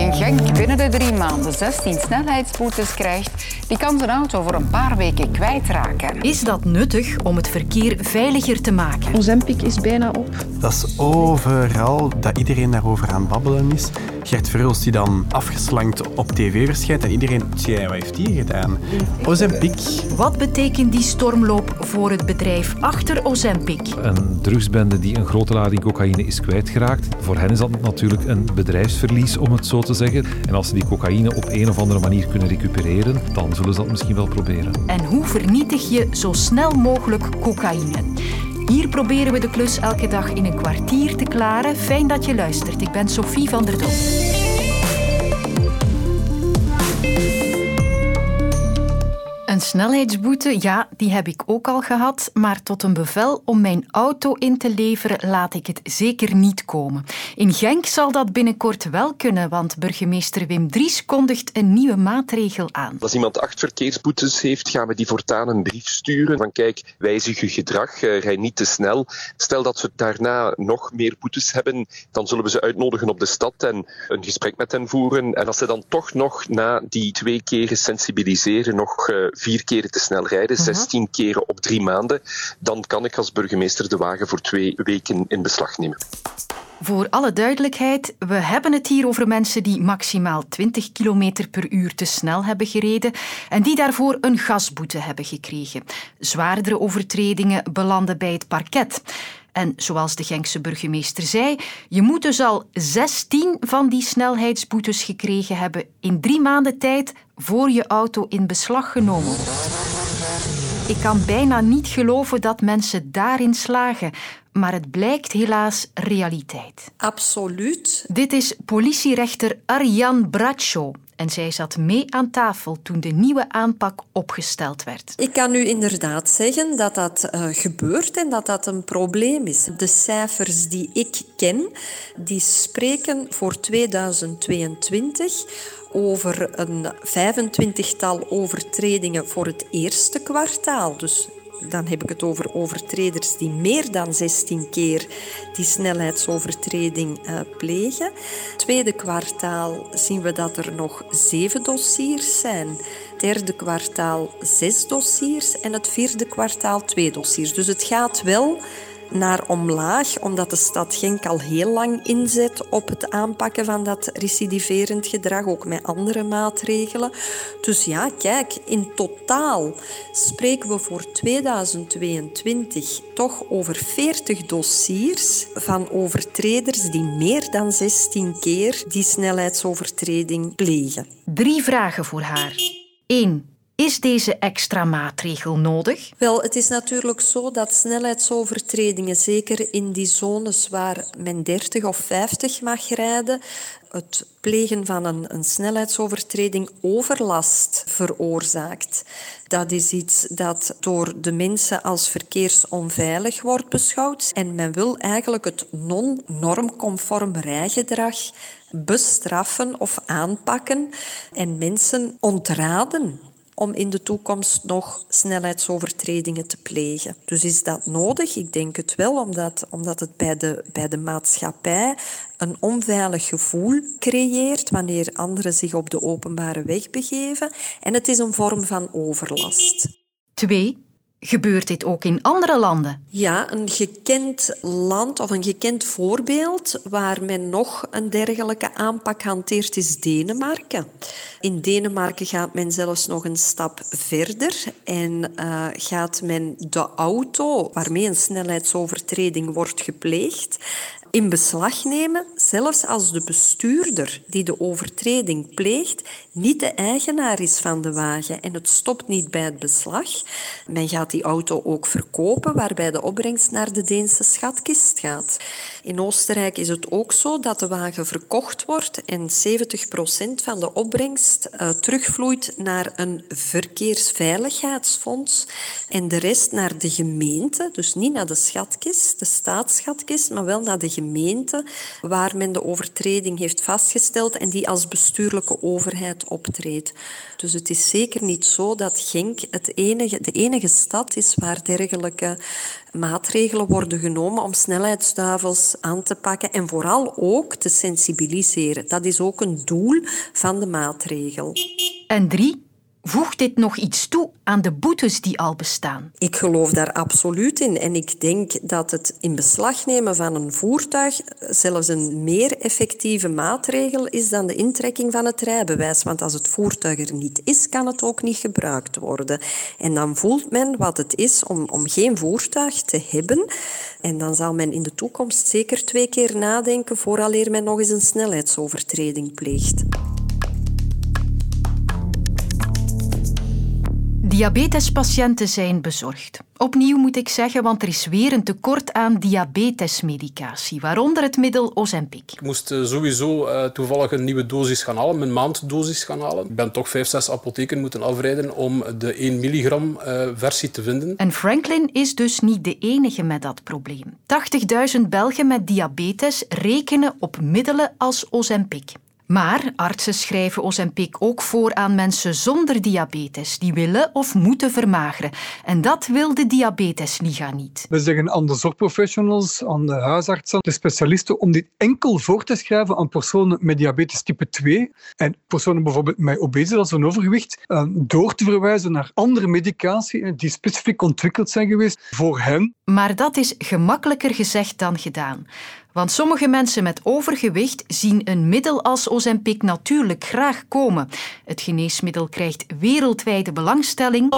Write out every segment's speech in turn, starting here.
in Genk binnen de 3 maanden 16 snelheidsboetes krijgt, die kan zijn auto voor een paar weken kwijtraken. Is dat nuttig om het verkeer veiliger te maken? Ozempic is bijna op. Dat is overal dat iedereen daarover aan het babbelen is. Gert Verhulst die dan afgeslankt op tv verschijnt en iedereen... Tja, wat heeft die gedaan? Ozempic. Wat betekent die stormloop voor het bedrijf achter Ozempic? Een drugsbende die een grote lading cocaïne is kwijtgeraakt. Voor hen is dat natuurlijk een bedrijfsverlies, om het zo te zeggen. En als ze die cocaïne op een of andere manier kunnen recupereren, dan zullen ze dat misschien wel proberen. En hoe vernietig je zo snel mogelijk cocaïne? Hier proberen we de klus elke dag in een kwartier te klaren. Fijn dat je luistert. Ik ben Sophie van der Dom. Een snelheidsboete, ja, die heb ik ook al gehad, maar tot een bevel om mijn auto in te leveren laat ik het zeker niet komen. In Genk zal dat binnenkort wel kunnen, want burgemeester Wim Dries kondigt een nieuwe maatregel aan. Als iemand 8 verkeersboetes heeft, gaan we die voortaan een brief sturen van kijk, wijzig je gedrag, rij niet te snel. Stel dat we daarna nog meer boetes hebben, dan zullen we ze uitnodigen op de stad en een gesprek met hen voeren. En als ze dan toch nog na die 2 keren sensibiliseren nog 4 keren te snel rijden, 16 keren op 3 maanden, dan kan ik als burgemeester de wagen voor 2 weken in beslag nemen. Voor alle duidelijkheid, we hebben het hier over mensen die maximaal 20 km per uur te snel hebben gereden en die daarvoor een gasboete hebben gekregen. Zwaardere overtredingen belanden bij het parket. En zoals de Genkse burgemeester zei, je moet dus al 16 van die snelheidsboetes gekregen hebben in 3 maanden tijd voor je auto in beslag genomen wordt. Ik kan bijna niet geloven dat mensen daarin slagen, maar het blijkt helaas realiteit. Absoluut. Dit is politierechter Ariane Braccio. En zij zat mee aan tafel toen de nieuwe aanpak opgesteld werd. Ik kan u inderdaad zeggen dat dat gebeurt en dat dat een probleem is. De cijfers die ik ken, die spreken voor 2022 over een 25-tal overtredingen voor het eerste kwartaal. Dus dan heb ik het over overtreders die meer dan 16 keer die snelheidsovertreding plegen. Tweede kwartaal zien we dat er nog 7 dossiers zijn. Derde kwartaal 6 dossiers en het vierde kwartaal 2 dossiers. Dus het gaat wel naar omlaag, omdat de stad Genk al heel lang inzet op het aanpakken van dat recidiverend gedrag, ook met andere maatregelen. Dus ja, kijk, in totaal spreken we voor 2022 toch over 40 dossiers van overtreders die meer dan 16 keer die snelheidsovertreding plegen. 3 vragen voor haar. 1. Is deze extra maatregel nodig? Wel, het is natuurlijk zo dat snelheidsovertredingen, zeker in die zones waar men 30 of 50 mag rijden, het plegen van een snelheidsovertreding overlast veroorzaakt. Dat is iets dat door de mensen als verkeersonveilig wordt beschouwd. En men wil eigenlijk het non-normconform rijgedrag bestraffen of aanpakken en mensen ontraden om in de toekomst nog snelheidsovertredingen te plegen. Dus is dat nodig? Ik denk het wel, omdat het bij de maatschappij een onveilig gevoel creëert wanneer anderen zich op de openbare weg begeven. En het is een vorm van overlast. 2. Gebeurt dit ook in andere landen? Ja, een gekend land of een gekend voorbeeld waar men nog een dergelijke aanpak hanteert is Denemarken. In Denemarken gaat men zelfs nog een stap verder en gaat men de auto waarmee een snelheidsovertreding wordt gepleegd in beslag nemen, zelfs als de bestuurder die de overtreding pleegt niet de eigenaar is van de wagen. En het stopt niet bij het beslag. Men gaat die auto ook verkopen, waarbij de opbrengst naar de Deense schatkist gaat. In Oostenrijk is het ook zo dat de wagen verkocht wordt en 70% van de opbrengst terugvloeit naar een verkeersveiligheidsfonds en de rest naar de gemeente, dus niet naar de schatkist, de staatsschatkist, maar wel naar de gemeente waar men de overtreding heeft vastgesteld en die als bestuurlijke overheid optreedt. Dus het is zeker niet zo dat Genk de enige stad is waar dergelijke maatregelen worden genomen om snelheidsduivels aan te pakken en vooral ook te sensibiliseren. Dat is ook een doel van de maatregel. En 3. Voegt dit nog iets toe aan de boetes die al bestaan? Ik geloof daar absoluut in en ik denk dat het in beslag nemen van een voertuig zelfs een meer effectieve maatregel is dan de intrekking van het rijbewijs. Want als het voertuig er niet is, kan het ook niet gebruikt worden. En dan voelt men wat het is om geen voertuig te hebben. En dan zal men in de toekomst zeker 2 keer nadenken vooraleer men nog eens een snelheidsovertreding pleegt. Diabetespatiënten zijn bezorgd. Opnieuw moet ik zeggen, want er is weer een tekort aan diabetesmedicatie, waaronder het middel Ozempic. Ik moest sowieso toevallig een nieuwe dosis gaan halen, mijn maanddosis gaan halen. Ik ben toch 5-6 apotheken moeten afrijden om de 1 milligram versie te vinden. En Franklin is dus niet de enige met dat probleem. 80.000 Belgen met diabetes rekenen op middelen als Ozempic. Maar artsen schrijven Ozempic ook voor aan mensen zonder diabetes die willen of moeten vermageren. En dat wil de Diabetesliga niet. We zeggen aan de zorgprofessionals, aan de huisartsen, de specialisten, om dit enkel voor te schrijven aan personen met diabetes type 2 en personen bijvoorbeeld met obesitas of overgewicht, door te verwijzen naar andere medicatie die specifiek ontwikkeld zijn geweest voor hen. Maar dat is gemakkelijker gezegd dan gedaan. Want sommige mensen met overgewicht zien een middel als Ozempic natuurlijk graag komen. Het geneesmiddel krijgt wereldwijde belangstelling.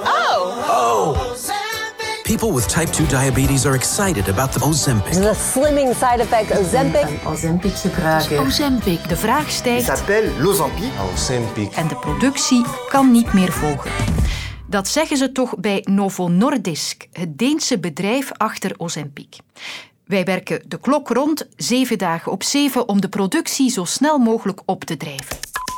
People with type 2 diabetes are excited about the Ozempic. The slimming side effect Ozempic. Ozempic gebruiken. Ozempic, de vraag stijgt. Het s'appelle l'Ozempic. Ozempic. En de productie kan niet meer volgen. Dat zeggen ze toch bij Novo Nordisk, het Deense bedrijf achter Ozempic. Wij werken de klok rond, 7 dagen op 7, om de productie zo snel mogelijk op te drijven.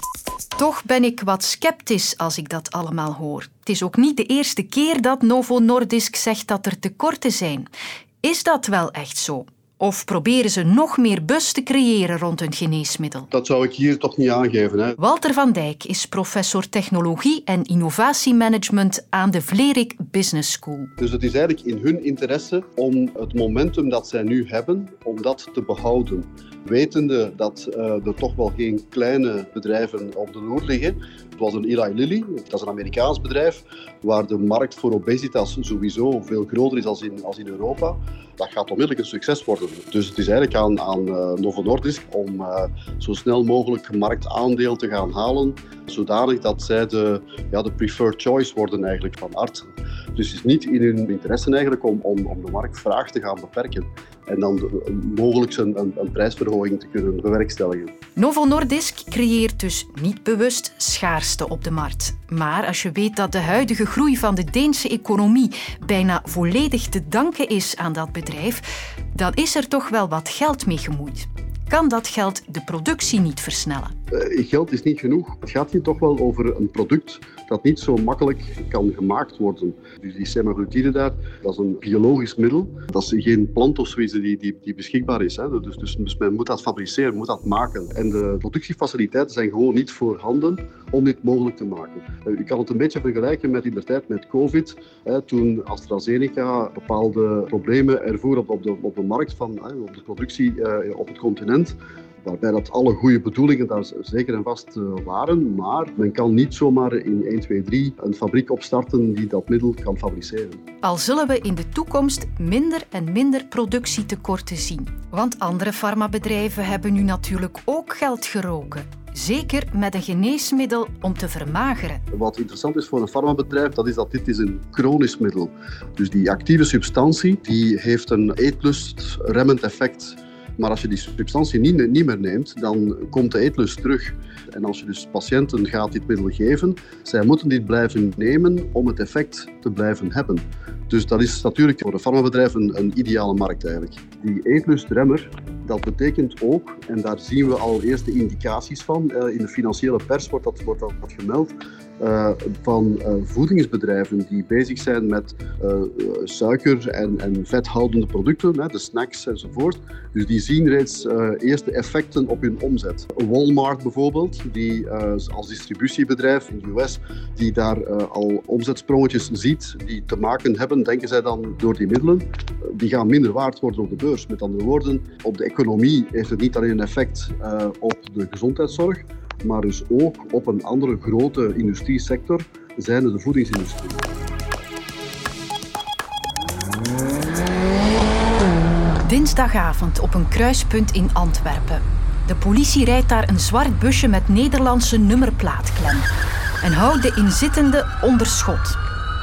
Toch ben ik wat sceptisch als ik dat allemaal hoor. Het is ook niet de eerste keer dat Novo Nordisk zegt dat er tekorten zijn. Is dat wel echt zo? Of proberen ze nog meer buzz te creëren rond hun geneesmiddel? Dat zou ik hier toch niet aangeven. Hè? Walter van Dijk is professor technologie en innovatiemanagement aan de Vlerik Business School. Dus het is eigenlijk in hun interesse om het momentum dat zij nu hebben, om dat te behouden. Wetende dat er toch wel geen kleine bedrijven op de loer liggen. Zoals een Eli Lilly, dat is een Amerikaans bedrijf, waar de markt voor obesitas sowieso veel groter is als in Europa. Dat gaat onmiddellijk een succes worden. Dus het is eigenlijk aan Novo Nordisk om zo snel mogelijk marktaandeel te gaan halen, zodanig dat zij de preferred choice worden eigenlijk van artsen. Dus het is niet in hun interesse eigenlijk om de marktvraag te gaan beperken en dan mogelijk een prijsverhoging te kunnen bewerkstelligen. Novo Nordisk creëert dus niet bewust schaarste op de markt. Maar als je weet dat de huidige groei van de Deense economie bijna volledig te danken is aan dat bedrijf, dan is er toch wel wat geld mee gemoeid. Kan dat geld de productie niet versnellen? Geld is niet genoeg. Het gaat hier toch wel over een product dat niet zo makkelijk kan gemaakt worden. Dus die semaglutide daar, dat is een biologisch middel. Dat is geen plant of zoiets die beschikbaar is. Hè. Dus men moet dat fabriceren, moet dat maken. En de productiefaciliteiten zijn gewoon niet voorhanden om dit mogelijk te maken. U kan het een beetje vergelijken met in de tijd met COVID. Toen AstraZeneca bepaalde problemen ervoer op de markt, op de productie op het continent. Waarbij dat alle goede bedoelingen daar zeker en vast waren. Maar men kan niet zomaar in 1, 2, 3 een fabriek opstarten die dat middel kan fabriceren. Al zullen we in de toekomst minder en minder productietekorten zien. Want andere farmabedrijven hebben nu natuurlijk ook geld geroken. Zeker met een geneesmiddel om te vermageren. Wat interessant is voor een farmabedrijf, dat is dat dit is een chronisch middel. Dus die actieve substantie die heeft een eetlust-remmend effect. Maar als je die substantie niet meer neemt, dan komt de eetlust terug. En als je dus patiënten gaat dit middel geven, zij moeten dit blijven nemen om het effect te blijven hebben. Dus dat is natuurlijk voor een farmabedrijf een ideale markt eigenlijk. Die eetlustremmer, dat betekent ook, en daar zien we al eerste indicaties van, in de financiële pers wordt dat gemeld, van voedingsbedrijven die bezig zijn met suiker- en vethoudende producten, de snacks enzovoort. Dus die zien reeds eerste effecten op hun omzet. Walmart bijvoorbeeld, die als distributiebedrijf in de US, die daar al omzetsprongetjes ziet, die te maken hebben, denken zij dan door die middelen, die gaan minder waard worden op de beurs. Met andere woorden, op de economie heeft het niet alleen een effect op de gezondheidszorg, maar dus ook op een andere grote industriesector, zijnde de voedingsindustrie. Dinsdagavond op een kruispunt in Antwerpen. De politie rijdt daar een zwart busje met Nederlandse nummerplaatklem en houdt de inzittenden onder schot.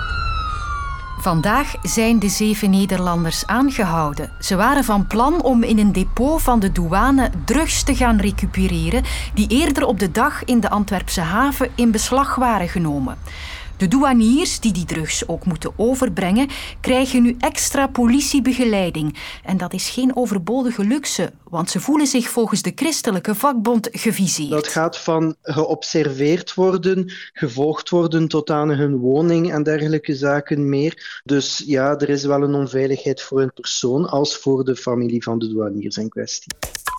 Vandaag zijn de 7 Nederlanders aangehouden. Ze waren van plan om in een depot van de douane drugs te gaan recupereren die eerder op de dag in de Antwerpse haven in beslag waren genomen. De douaniers die drugs ook moeten overbrengen, krijgen nu extra politiebegeleiding. En dat is geen overbodige luxe, want ze voelen zich volgens de christelijke vakbond geviseerd. Dat gaat van geobserveerd worden, gevolgd worden tot aan hun woning en dergelijke zaken meer. Dus ja, er is wel een onveiligheid voor een persoon als voor de familie van de douaniers in kwestie.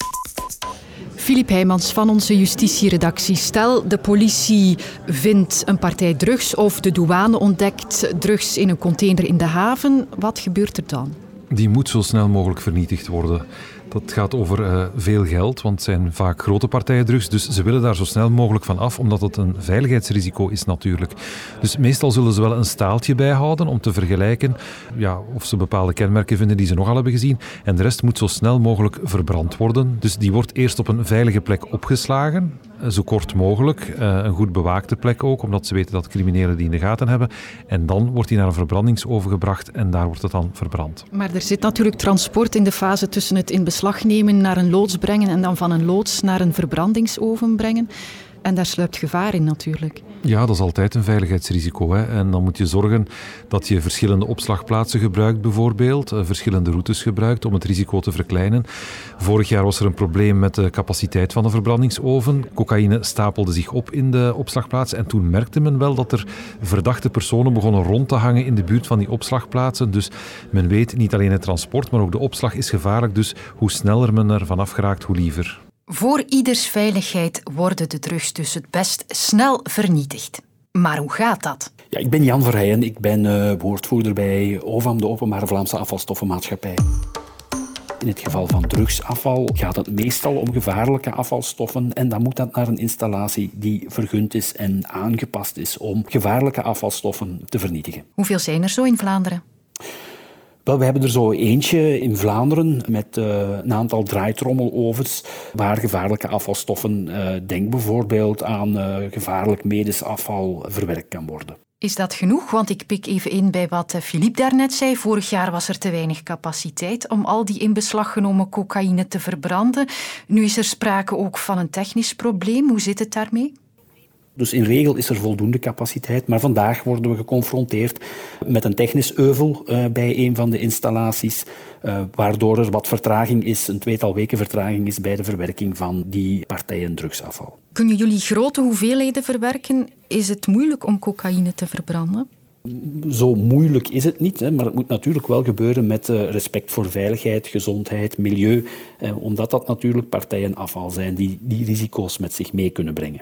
Filip Heijmans van onze justitieredactie. Stel, de politie vindt een partij drugs of de douane ontdekt drugs in een container in de haven. Wat gebeurt er dan? Die moet zo snel mogelijk vernietigd worden. Dat gaat over veel geld, want het zijn vaak grote partijen drugs. Dus ze willen daar zo snel mogelijk van af, omdat het een veiligheidsrisico is natuurlijk. Dus meestal zullen ze wel een staaltje bijhouden om te vergelijken of ze bepaalde kenmerken vinden die ze nogal hebben gezien. En de rest moet zo snel mogelijk verbrand worden. Dus die wordt eerst op een veilige plek opgeslagen, zo kort mogelijk. Een goed bewaakte plek ook, omdat ze weten dat criminelen die in de gaten hebben. En dan wordt die naar een verbrandingsoven gebracht en daar wordt het dan verbrand. Maar er zit natuurlijk transport in de fase tussen het in beslag nemen, naar een loods brengen en dan van een loods naar een verbrandingsoven brengen. En daar sluipt gevaar in natuurlijk. Ja, dat is altijd een veiligheidsrisico. Hè. En dan moet je zorgen dat je verschillende opslagplaatsen gebruikt bijvoorbeeld, verschillende routes gebruikt om het risico te verkleinen. Vorig jaar was er een probleem met de capaciteit van de verbrandingsoven. Cocaïne stapelde zich op in de opslagplaats en toen merkte men wel dat er verdachte personen begonnen rond te hangen in de buurt van die opslagplaatsen. Dus men weet, niet alleen het transport, maar ook de opslag is gevaarlijk. Dus hoe sneller men er vanaf geraakt, hoe liever. Voor ieders veiligheid worden de drugs dus het best snel vernietigd. Maar hoe gaat dat? Ja, ik ben Jan Verheijen, ik ben woordvoerder bij OVAM, de Openbare Vlaamse Afvalstoffenmaatschappij. In het geval van drugsafval gaat het meestal om gevaarlijke afvalstoffen en dan moet dat naar een installatie die vergund is en aangepast is om gevaarlijke afvalstoffen te vernietigen. Hoeveel zijn er zo in Vlaanderen? Wel, we hebben er zo eentje in Vlaanderen met een aantal draaitrommelovens waar gevaarlijke afvalstoffen, denk bijvoorbeeld aan gevaarlijk medisch afval, verwerkt kan worden. Is dat genoeg? Want ik pik even in bij wat Filip daarnet zei. Vorig jaar was er te weinig capaciteit om al die in beslag genomen cocaïne te verbranden. Nu is er sprake ook van een technisch probleem. Hoe zit het daarmee? Dus in regel is er voldoende capaciteit, maar vandaag worden we geconfronteerd met een technisch euvel bij een van de installaties, waardoor er wat vertraging is, een tweetal weken vertraging is bij de verwerking van die partijen drugsafval. Kunnen jullie grote hoeveelheden verwerken? Is het moeilijk om cocaïne te verbranden? Zo moeilijk is het niet, maar het moet natuurlijk wel gebeuren met respect voor veiligheid, gezondheid, milieu, omdat dat natuurlijk partijen afval zijn die risico's met zich mee kunnen brengen.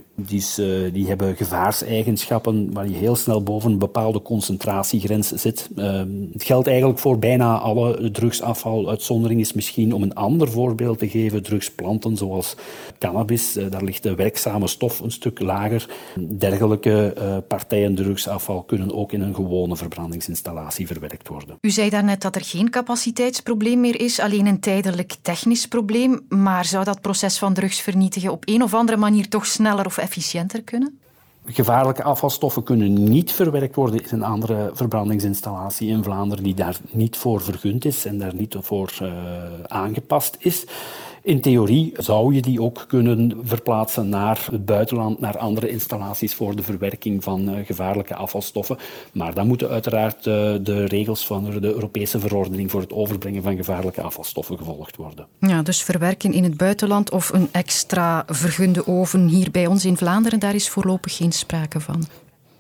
Die hebben gevaarseigenschappen waar je heel snel boven een bepaalde concentratiegrens zit. Het geldt eigenlijk voor bijna alle drugsafval. Uitzondering is misschien, om een ander voorbeeld te geven, drugsplanten zoals cannabis. Daar ligt de werkzame stof een stuk lager. Dergelijke partijen drugsafval kunnen ook in een gewone verbrandingsinstallatie verwerkt worden. U zei daarnet dat er geen capaciteitsprobleem meer is, alleen een tijdelijk technisch probleem. Maar zou dat proces van drugs vernietigen op een of andere manier toch sneller of efficiënter kunnen? Gevaarlijke afvalstoffen kunnen niet verwerkt worden in een andere verbrandingsinstallatie in Vlaanderen die daar niet voor vergund is en daar niet voor aangepast is. In theorie zou je die ook kunnen verplaatsen naar het buitenland, naar andere installaties voor de verwerking van gevaarlijke afvalstoffen. Maar dan moeten uiteraard de regels van de Europese verordening voor het overbrengen van gevaarlijke afvalstoffen gevolgd worden. Ja, dus verwerken in het buitenland of een extra vergunde oven hier bij ons in Vlaanderen, daar is voorlopig geen sprake van.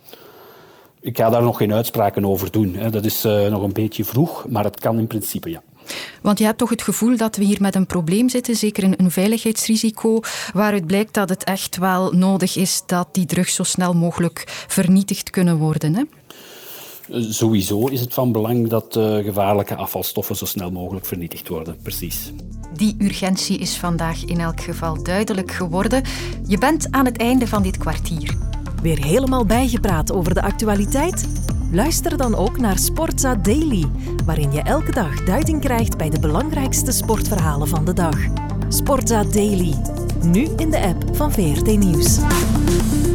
Ik ga daar nog geen uitspraken over doen. Dat is nog een beetje vroeg, maar het kan in principe, ja. Want je hebt toch het gevoel dat we hier met een probleem zitten, zeker een veiligheidsrisico, waaruit blijkt dat het echt wel nodig is dat die drugs zo snel mogelijk vernietigd kunnen worden, hè? Sowieso is het van belang dat gevaarlijke afvalstoffen zo snel mogelijk vernietigd worden, precies. Die urgentie is vandaag in elk geval duidelijk geworden. Je bent aan het einde van dit kwartier. Weer helemaal bijgepraat over de actualiteit? Luister dan ook naar Sportza Daily, waarin je elke dag duiding krijgt bij de belangrijkste sportverhalen van de dag. Sportza Daily, nu in de app van VRT Nieuws.